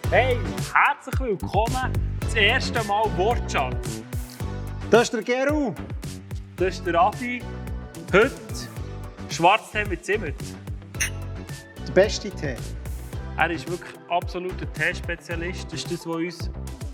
Hey, herzlich willkommen zum ersten Mal Wortschatz. Das ist der Geru. Das ist der Adi. Heute Schwarztee mit Zimt. Der beste Tee. Er ist wirklich absoluter Teespezialist. Das ist das, was uns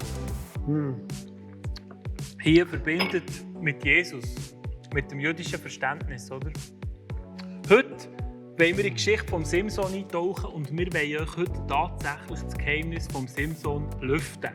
hier verbindet mit Jesus, mit dem jüdischen Verständnis, oder? Heute wollen wir in die Geschichte vom Simson eintauchen und wir wollen euch heute tatsächlich das Geheimnis vom Simson lüften.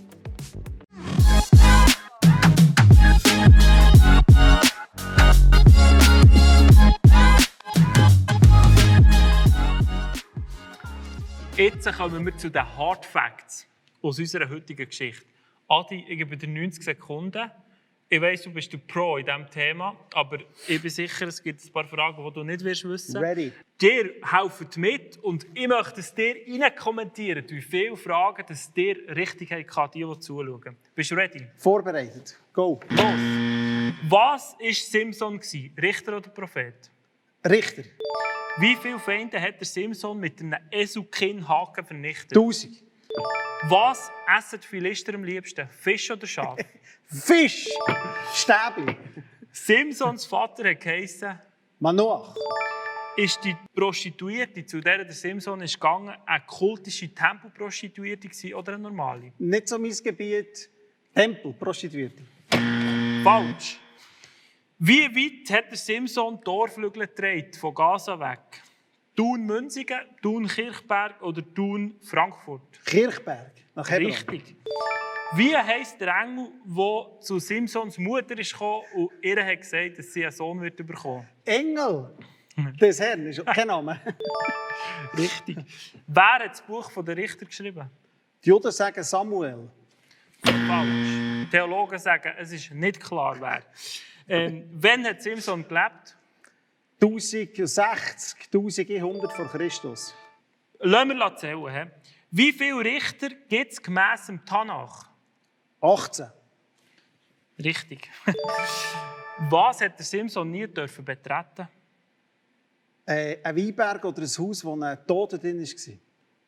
Jetzt kommen wir zu den Hard Facts aus unserer heutigen Geschichte. Adi, ich gebe dir 90 Sekunden. Ich weiss, du bist der Pro in diesem Thema, aber ich bin sicher, es gibt ein paar Fragen, die du nicht wissen willst. Ready. Dir helft mit und ich möchte es dir kommentieren, wie viele Fragen es dir richtig haben, die zuschauen. Bist du ready? Vorbereitet. Go. Los! Was war Simson? Richter oder Prophet? Richter. Wie viele Feinde hat der Simson mit einem Eselkinnhaken vernichtet? 1000. Was essen die Philister am liebsten? Fisch oder Schaf? Fisch. Stäbli. Simsons Vater hat geheissen, Manoach. ist die Prostituierte, zu der der Simson ist gegangen, eine kultische Tempelprostituierte oder eine normale? Nicht so mein Gebiet. Tempel, Prostituierte. Falsch. Wie weit hat der Simson Torflügel getragen, von Gaza weg? Thun-Münzigen, Thun-Kirchberg oder Thun-Frankfurt? Kirchberg. Nach Hebron. Richtig. Wie heisst der Engel, der zu Simsons Mutter ist gekommen und ihr hat gesagt, dass sie einen Sohn wird bekommen? Engel des Herrn ist kein Name. Richtig. Wer hat das Buch der Richter geschrieben? Die Juden sagen Samuel. Falsch. Theologen sagen, es ist nicht klar, wer. Wann hat Simson gelebt? 1060, 1100 vor Christus. Lassen wir zählen. He? Wie viele Richter gibt es gemäss dem Tanach? 18. Richtig. Was hat der Simson nie betreten dürfen? Ein Weinberg oder ein Haus, wo ein Toter drin war. Richtig.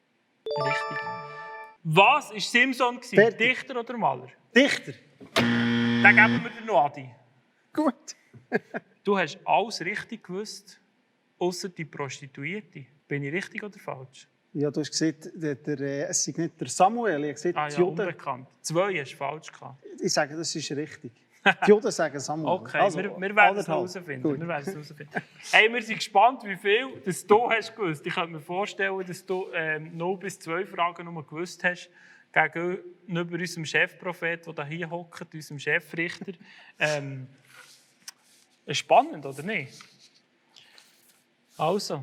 Was war Simson? Dichter oder Maler? Dichter. Den geben wir dir noch, Adi. Gut. Du hast alles richtig gewusst, außer die Prostituierte. Bin ich richtig oder falsch? Ja, du hast gesagt, es sei nicht der Samuel. Ich habe gesagt, ja, unbekannt. 2 hast du falsch gehabt. Ich sage, das ist richtig. Die Juden sagen Samuel. Okay, also, wir werden es herausfinden. Hey, wir sind gespannt, wie viel das du hast gewusst. Ich könnte mir vorstellen, dass du 0 bis 2 Fragen nur gewusst hast, gegenüber unserem Chefprophet, der hier hockt, unserem Chefrichter. Spannend, oder nicht? Also.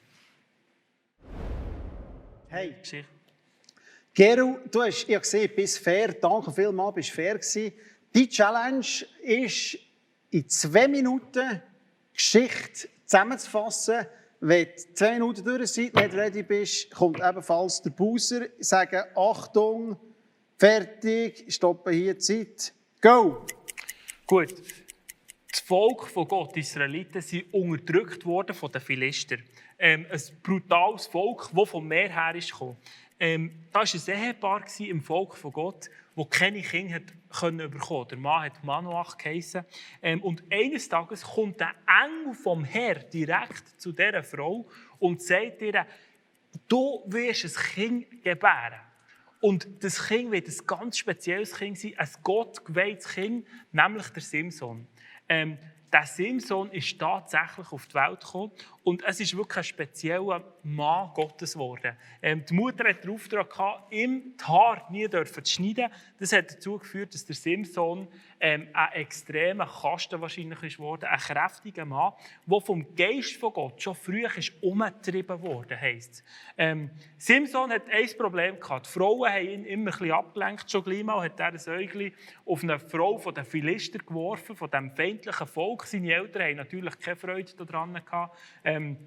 Hey, Geru, du hast gesehen, bist fair. Danke vielmals, bist fair gewesen. Die Challenge ist, in 2 Minuten Geschichte zusammenzufassen. Wenn du 2 Minuten durch sind, nicht ready bist, kommt ebenfalls der Buzzer. Sagen, Achtung, fertig, stoppen hier die Zeit. Go! Gut. Das Volk von Gott, die Israeliten, sind unterdrückt worden von den Philistern. Ein brutales Volk, das vom Meer her ist gekommen. Da war ein Ehepaar im Volk von Gott, das keine Kinder bekommen konnte. Der Mann hat Manoach geheissen. Und eines Tages kommt der Engel vom Herrn direkt zu dieser Frau und sagt ihr, du wirst ein Kind gebären. Und das Kind wird ein ganz spezielles Kind sein, ein gottgeweihtes Kind, nämlich der Simson. Der Simson ist tatsächlich auf die Welt gekommen und es ist wirklich ein spezieller Mann Gottes geworden. Die Mutter hatte den Auftrag gehabt, ihm die Haare nie zu schneiden. Das hat dazu geführt, dass der Simson ein extremer Kasten wahrscheinlich ist geworden, ein kräftiger Mann, der vom Geist von Gott schon früh umgetrieben wurde, heisst es. Simson hat ein Problem gehabt. Die Frauen haben ihn immer ein bisschen abgelenkt. Schon gleich mal hat er ein Äuglein auf eine Frau von den Philister geworfen, von diesem feindlichen Volk. Seine Eltern hatten natürlich keine Freude daran gehabt.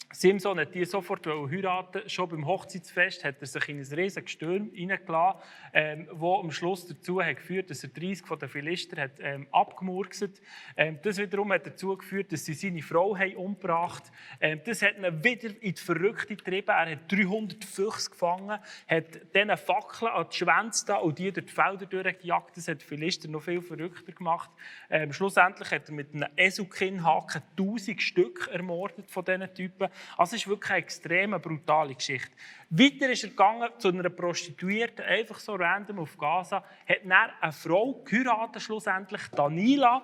Simson hat die sofort heiraten. Schon beim Hochzeitsfest hat er sich in ein riesiges Gestürm hineingelassen, wo am Schluss dazu hat geführt, dass er 30 von den Philister hat, abgemurkset. Das wiederum hat dazu geführt, dass sie seine Frau haben umgebracht haben. Das hat ihn wieder in die Verrückte getrieben. Er hat 300 Füchse gefangen, hat diesen Fackeln an die Schwänze da und die durch die Felder durchgejagt. Das hat die Philister noch viel verrückter gemacht. Schlussendlich hat er mit einem Eselkinnhaken 1000 Stück ermordet von diesen Typen. Also es ist wirklich eine extrem brutale Geschichte. Weiter ist er gegangen zu einer Prostituierten, einfach so random auf Gaza, hat dann eine Frau geheiratet, schlussendlich Delilah,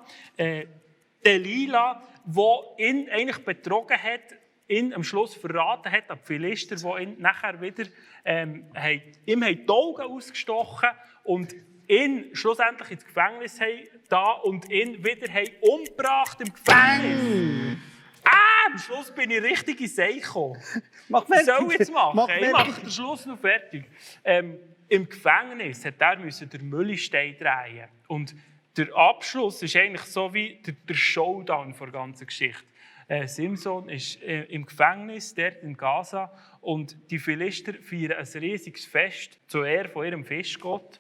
die ihn eigentlich betrogen hat, ihn am Schluss verraten hat an die Philister, die ihn nachher wieder ihm die Augen ausgestochen und ihn schlussendlich ins Gefängnis haben und ihn wieder umgebracht im Gefängnis. Am Schluss bin ich richtig in See gekommen. Was soll ich jetzt machen? Ich mache den Schluss noch fertig. Im Gefängnis musste er den Müllstein drehen. Und der Abschluss ist eigentlich so wie der Showdown der ganzen Geschichte. Simson ist im Gefängnis, dort in Gaza, und die Philister feiern ein riesiges Fest zur Ehre von ihrem Fischgott.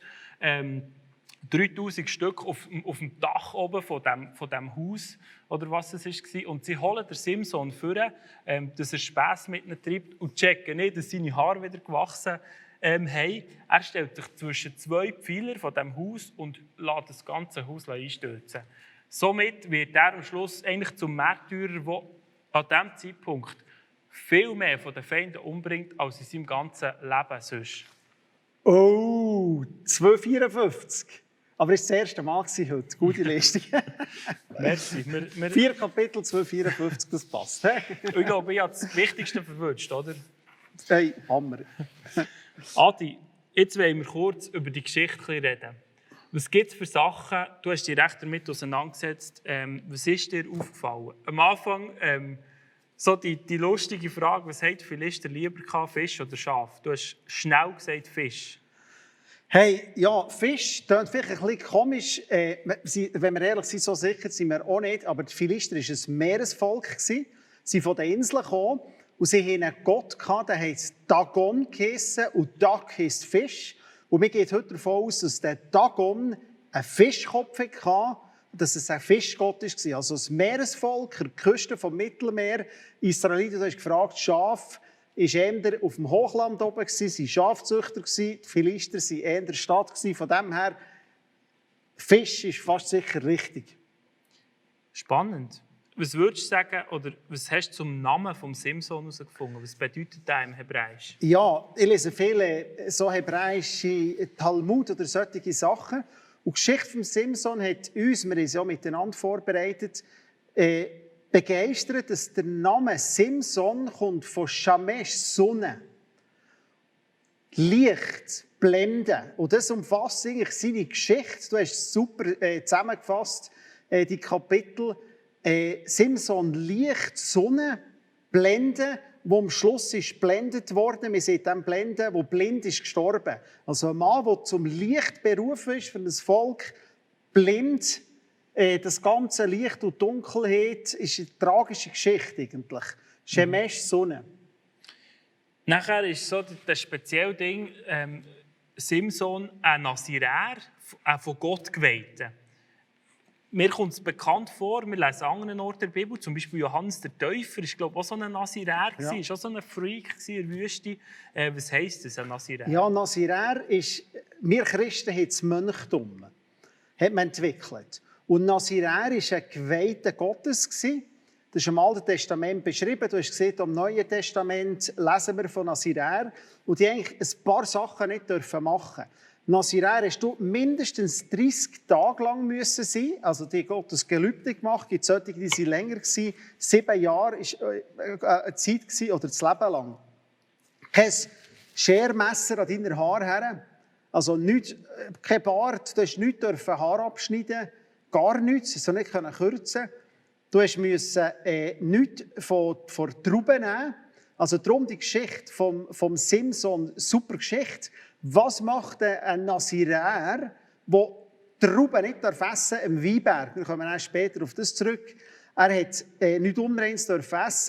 3000 Stück auf dem Dach oben von dem Haus, oder was es war. Und sie holen den Simson vor, dass er Späss mit ihnen treibt und checken nicht, dass seine Haare wieder gewachsen haben. Er stellt sich zwischen zwei Pfeiler von diesem Haus und lässt das ganze Haus einstürzen. Somit wird er am Schluss eigentlich zum Märtyrer, der an diesem Zeitpunkt viel mehr von den Feinden umbringt, als in seinem ganzen Leben sonst. Oh, 254. Aber es war das erste Mal heute. Gute Leistung. Merci. 4 Kapitel, 254, das passt. Ich glaube, ich habe das Wichtigste verwünscht, oder? Hey, Hammer. Adi, jetzt wollen wir kurz über die Geschichte reden. Was gibt es für Sachen? Du hast dich recht damit auseinandergesetzt. Was ist dir aufgefallen? Am Anfang so die lustige Frage, was hat die Philister lieber gehabt, Fisch oder Schaf? Du hast schnell gesagt Fisch. Hey, ja, Fisch klingt vielleicht ein bisschen komisch. Wenn wir ehrlich sind, so sicher sind wir auch nicht. Aber die Philister war ein Meeresvolk. Sie sind von den Inseln gekommen und sie hatten einen Gott, der heisst Dagon geheissen, und Dag heisst Fisch. Und wir gehen heute davon aus, dass der Dagon einen Fischkopf hatte, dass es ein Fischgott war. Also ein Meeresvolk an der Küste des Mittelmeers. Israeliten, du hast gefragt, Schaf war eher auf dem Hochland oben, sie waren Schafzüchter, die Philister waren eher in der Stadt. Von dem her, Fisch ist fast sicher richtig. Spannend. Was würdest du sagen, oder was hast du zum Namen von Simson herausgefunden? Was bedeutet das im Hebräisch? Ja, ich lese viele so hebräische Talmud oder solche Sachen. Und die Geschichte von Simson hat uns, wir haben es ja miteinander vorbereitet, begeistert, dass der Name Simson kommt von Shamesh, Sonne. Licht, Blende. Und das umfasst eigentlich seine Geschichte. Du hast es super zusammengefasst, die Kapitel. Simson, Licht, Sonne, Blende, wo am Schluss ist blendet worden. Wir sehen dann Blende, wo blind ist gestorben. Also ein Mann, der zum Licht berufen ist für das Volk, blind. Das ganze Licht und Dunkelheit ist eine tragische Geschichte eigentlich. Shemesh, Sonne. Nachher ist so das spezielle Ding, Simson, ein Naziräer, von Gott geweihte. Mir kommt es bekannt vor, wir lesen an anderen Orten der Bibel, zum Beispiel Johannes der Täufer, war glaube ich auch so ein Naziräer, ja. War auch so ein Freak in der Wüste. Was heisst das, ein Naziräer? Ja, Naziräer ist, wir Christen haben das Mönchtum hat man entwickelt. Und Naziräer war ein Geweihter Gottes. Das ist im Alten Testament beschrieben. Du hast gesehen, im Neuen Testament lesen wir von Naziräer. Und die eigentlich ein paar Sachen nicht machen dürfen. Naziräer hast du mindestens 30 Tage lang müssen sein. Also die Gottes Gelübde gemacht. Es gibt solche, die waren länger. 7 Jahre war eine Zeit oder das Leben lang. Kein Schermesser an deiner Haare her. Also kein Bart. Du hast nichts Haar abschneiden. Gar nichts. Du nicht kürzen. Du musst nichts von Trauben nehmen. Also darum die Geschichte vom Simson, super Geschichte. Was macht ein Naziräer, der Trauben nicht essen darf im Weinberg? Wir kommen später auf das zurück. Er hat nichts Unreines essen.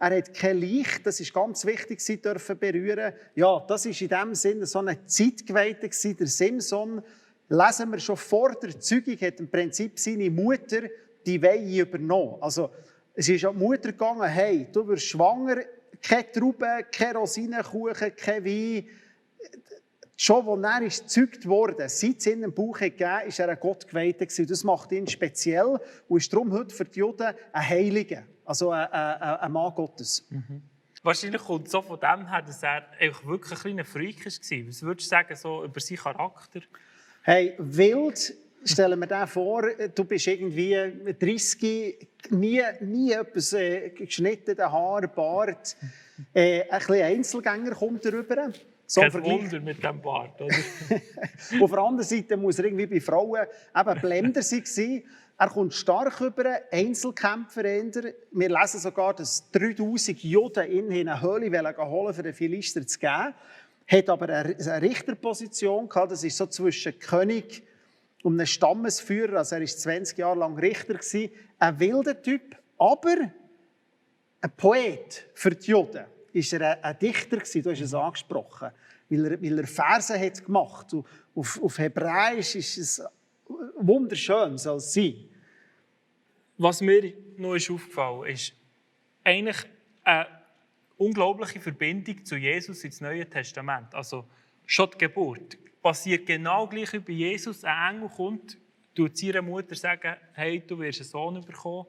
Er hat kein Licht, das ist ganz wichtig, sie dürfen berühren. Ja, das ist in dem Sinne so eine Zeitgeweihte gewesen. Der Simson, lesen wir schon vor der Zeugung, hat im Prinzip seine Mutter die Weihe übernommen. Also, es ist an die Mutter gegangen, hey, du wirst schwanger, keine Trauben, keine Rosinenkuchen, kein Wein. Schon als er gezeugt wurde, seit es in den Bauch gegeben hat, war er ein Gottgeweihter. Das macht ihn speziell und ist darum heute für die Juden ein Heiliger, also ein Mann Gottes. Mhm. Wahrscheinlich kommt es so von dem her, dass er wirklich ein kleiner Freak war. Was würdest du sagen so über seinen Charakter? Hey, wild, stellen wir dir vor, du bist irgendwie 30, nie etwas geschnitten, Haar, Bart. Ein bisschen Einzelgänger kommt darüber. So Kein Wunder mit dem Bart, oder? Auf der anderen Seite muss er irgendwie bei Frauen eben Blender sein. Er kommt stark über, Einzelkämpfer. Wir lesen sogar, dass 3000 Juden ihn in eine Höhle holen wollten, für den Philister zu geben. Hat aber eine Richterposition gehabt, das ist so zwischen König und einem Stammesführer. Also er war 20 Jahre lang Richter. Ein wilder Typ, aber ein Poet für die Juden. Ist er ein Dichter gewesen, du hast es angesprochen, weil er Verse hat gemacht. Auf Hebräisch ist es wunderschön, soll es sein. Was mir noch aufgefallen ist eigentlich eine unglaubliche Verbindung zu Jesus ins Neue Testament. Also schon die Geburt passiert genau gleich wie bei Jesus. Ein Engel kommt, tut seiner Mutter sagen, hey, du wirst einen Sohn bekommen.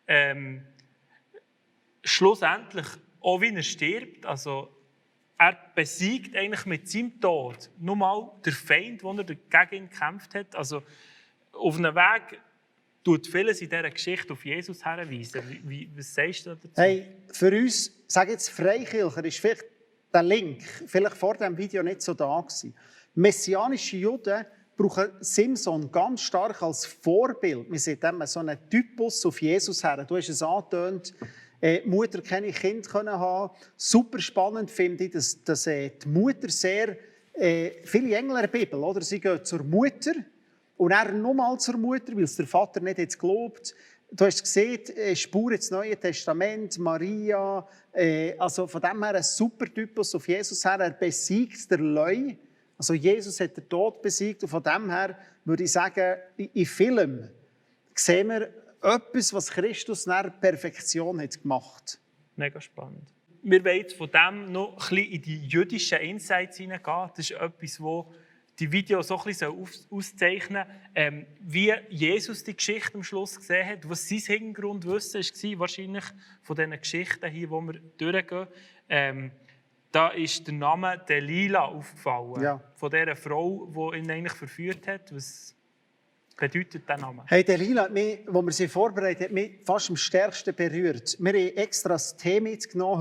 Schlussendlich, auch wie er stirbt, also er besiegt eigentlich mit seinem Tod nur mal den Feind, der er gegen ihn gekämpft hat. Also auf einem Weg tut vieles in dieser Geschichte auf Jesus hinweisen. Was sagst du dazu? Hey, für uns, sage jetzt Freikircher, ist vielleicht der Link vielleicht vor diesem Video nicht so da gewesen. Messianische Juden brauchen Simson ganz stark als Vorbild. Wir sehen immer so einen Typus auf Jesus her. Du hast es angetönt. Mutter keine Kinder haben. Super spannend finde ich, dass die Mutter sehr, viele Engel in der Bibel, oder? Sie gehen zur Mutter und dann nochmal zur Mutter, weil es der Vater nicht jetzt glaubt. Du hast gesehen, Spuren ins Neue Testament, Maria, also von dem her ein super Typus auf Jesus her. Er besiegt den Leu. Also Jesus hat den Tod besiegt und von dem her würde ich sagen, in Filmen sehen wir etwas, was Christus nach Perfektion hat gemacht. Mega spannend. Wir wollen jetzt von dem noch ein bisschen in die jüdischen Insights hineingehen. Das ist etwas, das die Videos so ein bisschen auszeichnen soll, wie Jesus die Geschichte am Schluss gesehen hat, was sein Hintergrundwissen war, wahrscheinlich von diesen Geschichten hier, die wir durchgehen. Da ist der Name Delila aufgefallen, ja. Von dieser Frau, die ihn eigentlich verführt hat. Was bedeutet der Name? Hey, Delila hat mich, als wir sie vorbereitet haben, mich fast am stärksten berührt. Wir haben extra das Thema genommen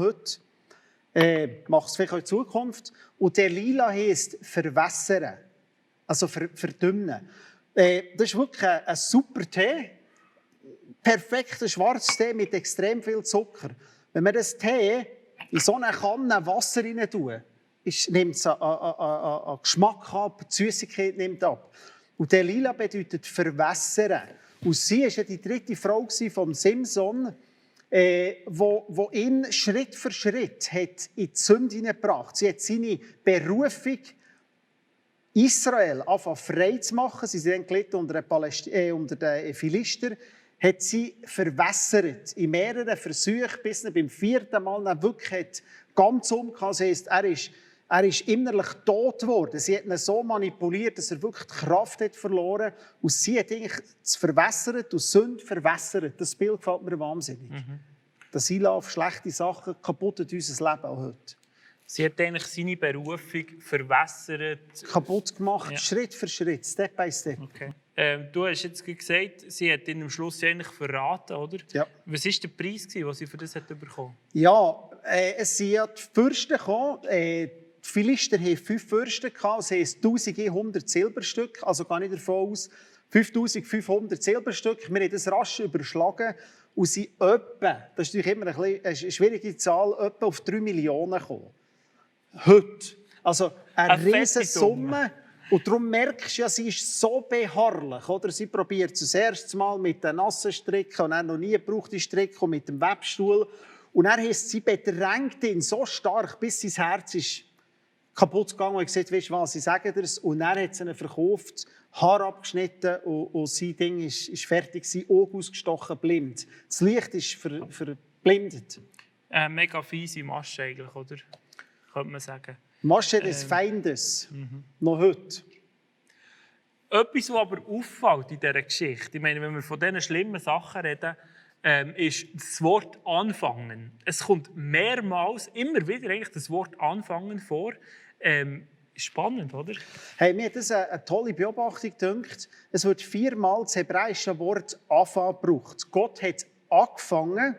heute. Macht es vielleicht auch in Zukunft. Und Delila heisst verwässern, also verdünnen. Das ist wirklich ein super Tee. Perfekter schwarzer Tee mit extrem viel Zucker. Wenn wir das Tee in so eine Kanne Wasser rein tun, nimmt es an Geschmack ab, die Süßigkeit nimmt ab. Und Delila bedeutet verwässern. Und sie war ja die dritte Frau von Simson, die ihn Schritt für Schritt hat in die Sünde hineingebracht. Sie hat seine Berufung, Israel frei zu machen, sie sind dann gelitten unter den Philister, hat sie verwässert in mehreren Versuchen, bis er beim 4. Mal wirklich ganz umgekehrt. Das heisst, er ist innerlich tot geworden. Sie hat ihn so manipuliert, dass er wirklich die Kraft hat verloren. Und sie hat eigentlich das verwässert und Sünde verwässert. Das Bild gefällt mir wahnsinnig. Das Einlauf auf schlechte Sachen kaputt unser Leben auch heute. Sie hat eigentlich seine Berufung verwässert. Kaputt gemacht, ja. Schritt für Schritt, Step by Step. Okay. Du hast jetzt gesagt, sie hat ihn am Schluss eigentlich verraten, oder? Ja. Was war der Preis, den sie für das bekommen hat? Ja, es sind ja die Fürsten gekommen. Die Philister hatten 5 Fürsten, es heisst 1100 Silberstücke, also gehe ich davon aus, 5500 Silberstücke. Wir haben das rasch überschlagen und sind etwa, das ist natürlich immer eine schwierige Zahl, etwa auf 3 Millionen gekommen. Heute. Also eine riesige Summe. Und darum merkst du ja, sie ist so beharrlich. Oder? Sie probiert es das erste Mal mit den nassen Stricken und dann noch nie gebrauchte Stricken und mit dem Webstuhl. Und er heisst, sie bedrängt ihn so stark, bis sein Herz ist kaputt gegangen und er gesagt, weißt du was, ich sage dir's. Und er hat sie verkauft, Haar abgeschnitten und sein Ding ist fertig gewesen, Augen ausgestochen, blind. Das Licht ist verblindet. Mega fiese Masche eigentlich, oder? Könnte man sagen. Masche des Feindes. Noch heute. Etwas, was aber auffällt in dieser Geschichte, ich meine, wenn wir von diesen schlimmen Sachen reden, ist das Wort «anfangen». Es kommt mehrmals, immer wieder eigentlich das Wort «anfangen» vor. Spannend, oder? Hey, mir hat das eine tolle Beobachtung gedacht. Es wird 4-mal das hebräische Wort «anfangen» gebraucht. Gott hat angefangen,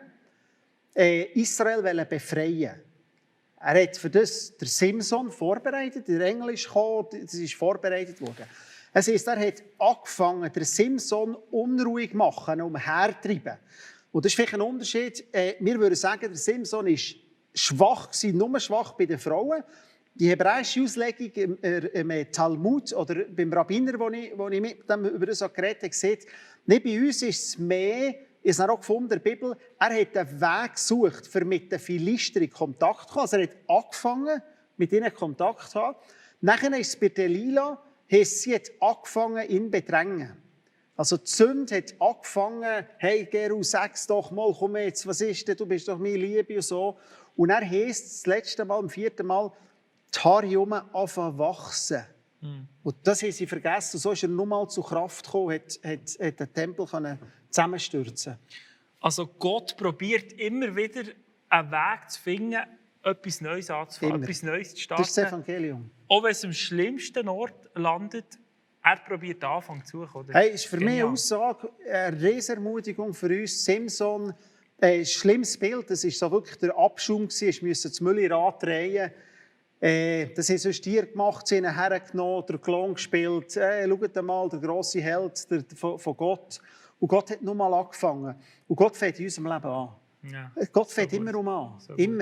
Israel zu befreien. Er hat für das der Simson vorbereitet, der Englisch kam, das ist vorbereitet worden. Es heisst, er hat angefangen, den Simson unruhig zu machen, umherzutreiben. Und das ist vielleicht ein Unterschied. Wir würden sagen, der Simson war schwach, nur schwach bei den Frauen. Die hebräische Auslegung im Talmud oder beim Rabbiner, wo ich mit dem über das geredet habe, sieht, nicht bei uns ist es mehr, ich habe es auch gefunden in der Bibel, er hat einen Weg gesucht, um mit den Philistern in Kontakt zu kommen. Also er hat angefangen, mit ihnen Kontakt zu haben. Nachher ist es bei Delila, sie hat angefangen, ihn zu bedrängen. Also die Sünde hat angefangen, hey Geru, sag's doch mal, komm jetzt, was ist denn, du bist doch meine Liebe und so. Und er heisst das letzte Mal, am 4. Mal, die Haare anfangen wachsen. Und das haben sie vergessen. Und so ist er nur mal zur Kraft gekommen, hat den Tempel zusammenstürzen. Also Gott probiert immer wieder einen Weg zu finden, etwas Neues anzufangen, etwas Neues zu starten. Das ist das Evangelium. Auch wenn es am schlimmsten Ort landet, er probiert den Anfang zu suchen. Oder? Hey, ist für mich eine Aussage, eine Riesenermutigung für uns. Simson, ein schlimmes Bild, das war so wirklich der Abschaum. Ich musste das Müllrad drehen. Das haben sonst Tiere gemacht, sie haben ihn hergenommen, der Klon gespielt. Schaut mal, der grosse Held von Gott. Und Gott hat nur mal angefangen. Und Gott fängt in unserem Leben an. Ja, Gott fängt immer an. So immer.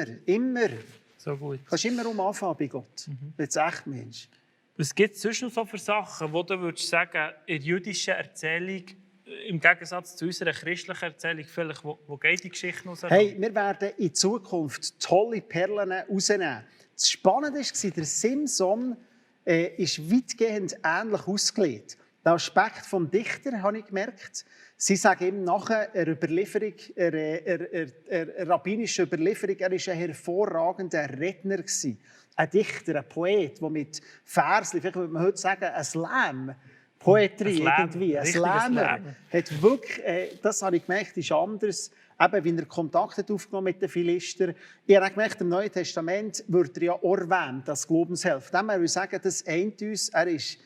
So gut. Du kannst immer anfangen bei Gott, wenn du echt Mensch. Was gibt es sonst noch so für Sachen, wo du würdest sagen, in der jüdischen Erzählung, im Gegensatz zu unserer christlichen Erzählung, vielleicht, wo geht die Geschichte noch so? Hey, wir werden in Zukunft tolle Perlen rausnehmen. Das Spannende war, der Simson ist weitgehend ähnlich ausgelegt. Der Aspekt des Dichters habe ich gemerkt. Sie sagen ihm nachher eine Überlieferung, eine rabbinische Überlieferung, er war ein hervorragender Redner. Ein Dichter, ein Poet, der mit Versen, vielleicht würde man heute sagen, ein Slam, Poetry irgendwie, ein Slammer, hat wirklich, das habe ich gemerkt, ist anders. Eben, wie er Kontakt hat aufgenommen mit den Philistern. Ich habe gemerkt, im Neuen Testament wird er ja erwähnt, das Glaubenshelfer. Dem will ich sagen, das eint uns. Er ist,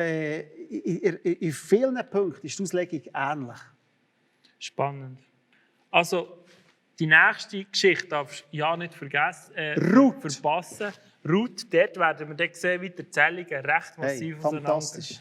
in vielen Punkten ist die Auslegung ähnlich. Spannend. Also, die nächste Geschichte darfst du ja nicht verpassen. Ruth, dort werden wir dann sehen, wie die Erzählungen recht massiv fantastisch.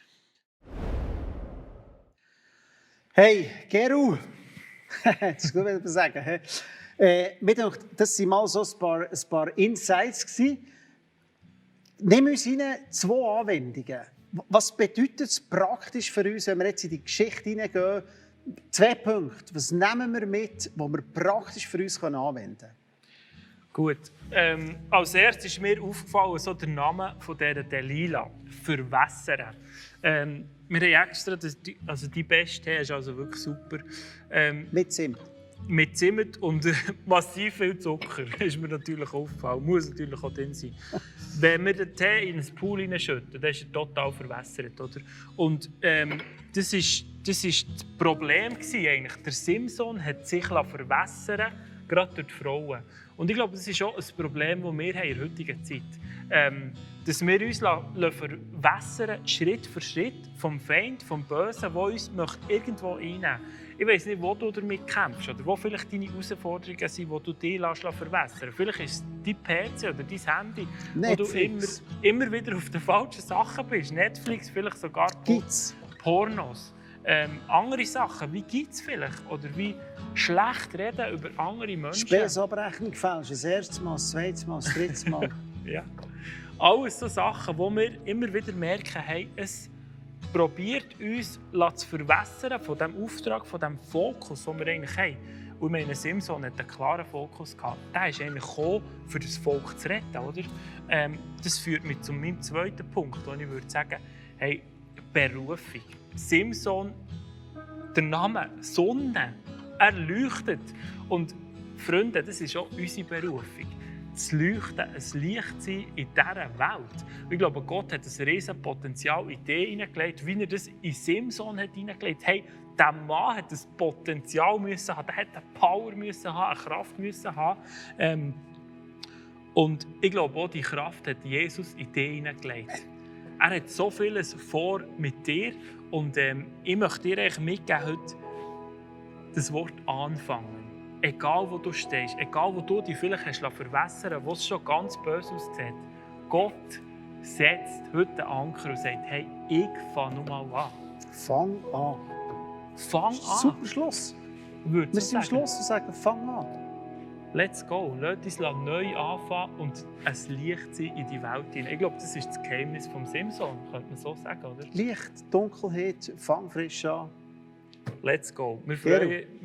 Hey, Geru! Das ist gut, was ich sagen. Das waren mal so ein paar Insights. Nehmen wir uns rein 2 Anwendungen. Was bedeutet es praktisch für uns, wenn wir jetzt in die Geschichte hineingehen? 2 Punkte. Was nehmen wir mit, was wir praktisch für uns anwenden können? Gut. Als erstes ist mir aufgefallen, so der Name von dieser Delila. Verwässern. Wir haben extra, die beste Tee ist also wirklich super. Mit Zimt. Mit Zimt und massiv viel Zucker. Ist mir natürlich aufgefallen. Muss natürlich auch drin sein. Wenn wir den Tee in einen Pool hineinschütten, dann ist er total verwässert. Oder? Und das ist das Problem eigentlich. Der Simson hat sich verwässern, gerade durch die Frauen. Und ich glaube, das ist auch ein Problem, das wir haben in der heutigen Zeit haben. Dass wir uns verwässern, Schritt für Schritt, vom Feind, vom Bösen, der uns irgendwo einnehmen möchte. Ich weiss nicht, wo du damit kämpfst oder wo vielleicht deine Herausforderungen sind, wo du dich verwässern lässt. Vielleicht ist es dein PC oder dein Handy, Netflix. Wo du immer wieder auf den falschen Sachen bist. Netflix, vielleicht sogar Pornos. Andere Sachen, wie gibt es vielleicht? Oder wie schlecht reden über andere Menschen. Spesabrechnung falsch, das erste Mal, das zweite Mal, das dritte Mal. Ja. Alles so Sachen, wo wir immer wieder merken, hey, es probiert uns zu verwässern von dem Auftrag, von dem Fokus, den wir eigentlich haben. Und ich meine, Simson hat einen klaren Fokus gehabt. Der ist eigentlich gekommen, für das Volk zu retten, oder? Das führt mich zu meinem zweiten Punkt, wo ich würde sagen, hey, Berufung. Simson, der Name Sonne, er leuchtet. Und Freunde, das ist auch unsere Berufung. Zu leuchten, ein Licht sein in dieser Welt. Ich glaube, Gott hat ein riesiges Potenzial in dich hineingelegt, wie er das in Simson hat hineingelegt. Hey, dieser Mann hat das Potenzial müssen haben, der hat eine Power müssen haben, eine Kraft müssen haben. Und ich glaube, auch diese Kraft hat Jesus in dich hineingelegt. Er hat so vieles vor mit dir und ich möchte dir eigentlich mitgeben heute das Wort anfangen. Egal wo du stehst, egal wo du dich vielleicht hast verwässern, wo es schon ganz böse aussieht, Gott setzt heute einen Anker und sagt, hey, ich fange nun mal an. Fang an. Fang an. Super Schluss. Wir sind am Schluss und sagen, fang an. Let's go. Lass uns neu anfangen und ein Licht sein in die Welt hinein. Ich glaube, das ist das Geheimnis vom Simson, könnte man so sagen, oder? Licht, Dunkelheit, fang frisch an. Let's go.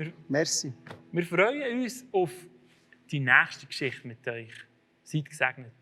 Merci. Wir freuen uns auf die nächste Geschichte mit euch. Seid gesegnet.